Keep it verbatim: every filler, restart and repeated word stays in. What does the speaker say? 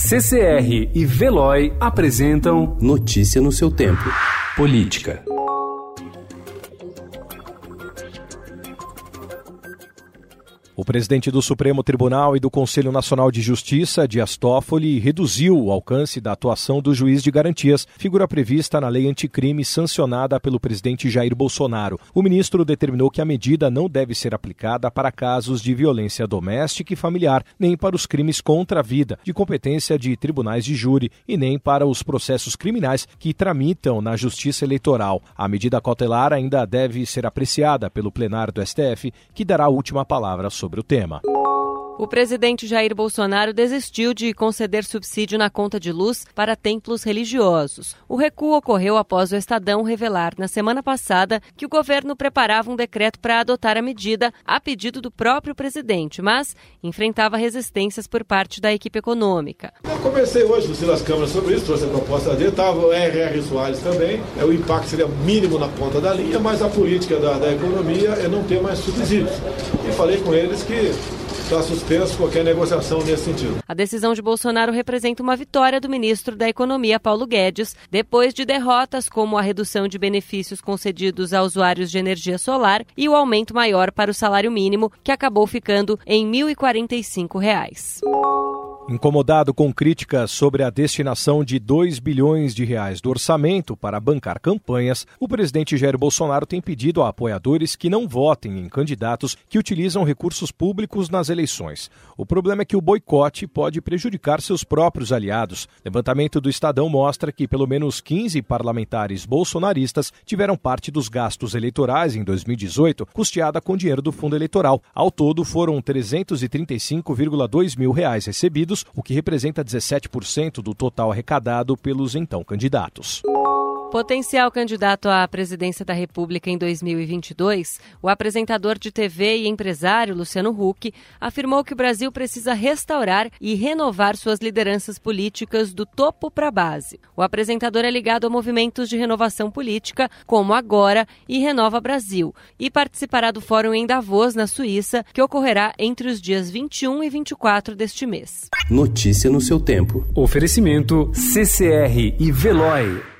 C C R e Veloy apresentam Notícia no seu tempo. Política. O presidente do Supremo Tribunal e do Conselho Nacional de Justiça, Dias Toffoli, reduziu o alcance da atuação do juiz de garantias, figura prevista na lei anticrime sancionada pelo presidente Jair Bolsonaro. O ministro determinou que a medida não deve ser aplicada para casos de violência doméstica e familiar, nem para os crimes contra a vida, de competência de tribunais de júri, e nem para os processos criminais que tramitam na Justiça Eleitoral. A medida cautelar ainda deve ser apreciada pelo plenário do S T F, que dará a última palavra sobre o tema. O presidente Jair Bolsonaro desistiu de conceder subsídio na conta de luz para templos religiosos. O recuo ocorreu após o Estadão revelar na semana passada que o governo preparava um decreto para adotar a medida a pedido do próprio presidente, mas enfrentava resistências por parte da equipe econômica. Eu conversei hoje no Silas Câmara sobre isso, trouxe a proposta dele, estava o R R Soares também. É, o impacto seria mínimo na ponta da linha, mas a política da, da economia é não ter mais subsídios. E falei com eles que está suspenso qualquer negociação nesse sentido. A decisão de Bolsonaro representa uma vitória do ministro da Economia, Paulo Guedes, depois de derrotas como a redução de benefícios concedidos a usuários de energia solar e o aumento maior para o salário mínimo, que acabou ficando em mil e quarenta e cinco reais. Incomodado com críticas sobre a destinação de dois bilhões de reais do orçamento para bancar campanhas, o presidente Jair Bolsonaro tem pedido a apoiadores que não votem em candidatos que utilizam recursos públicos nas eleições. O problema é que o boicote pode prejudicar seus próprios aliados. Levantamento do Estadão mostra que pelo menos quinze parlamentares bolsonaristas tiveram parte dos gastos eleitorais em dois mil e dezoito, custeada com dinheiro do fundo eleitoral. Ao todo, foram trezentos e trinta e cinco vírgula dois mil reais recebidos, o que representa dezessete por cento do total arrecadado pelos então candidatos. Potencial candidato à presidência da República em dois mil e vinte e dois, o apresentador de T V e empresário Luciano Huck afirmou que o Brasil precisa restaurar e renovar suas lideranças políticas do topo para a base. O apresentador é ligado a movimentos de renovação política, como Agora e Renova Brasil, e participará do fórum em Davos, na Suíça, que ocorrerá entre os dias vinte e um e vinte e quatro deste mês. Notícia no seu tempo. Oferecimento C C R e Veloy.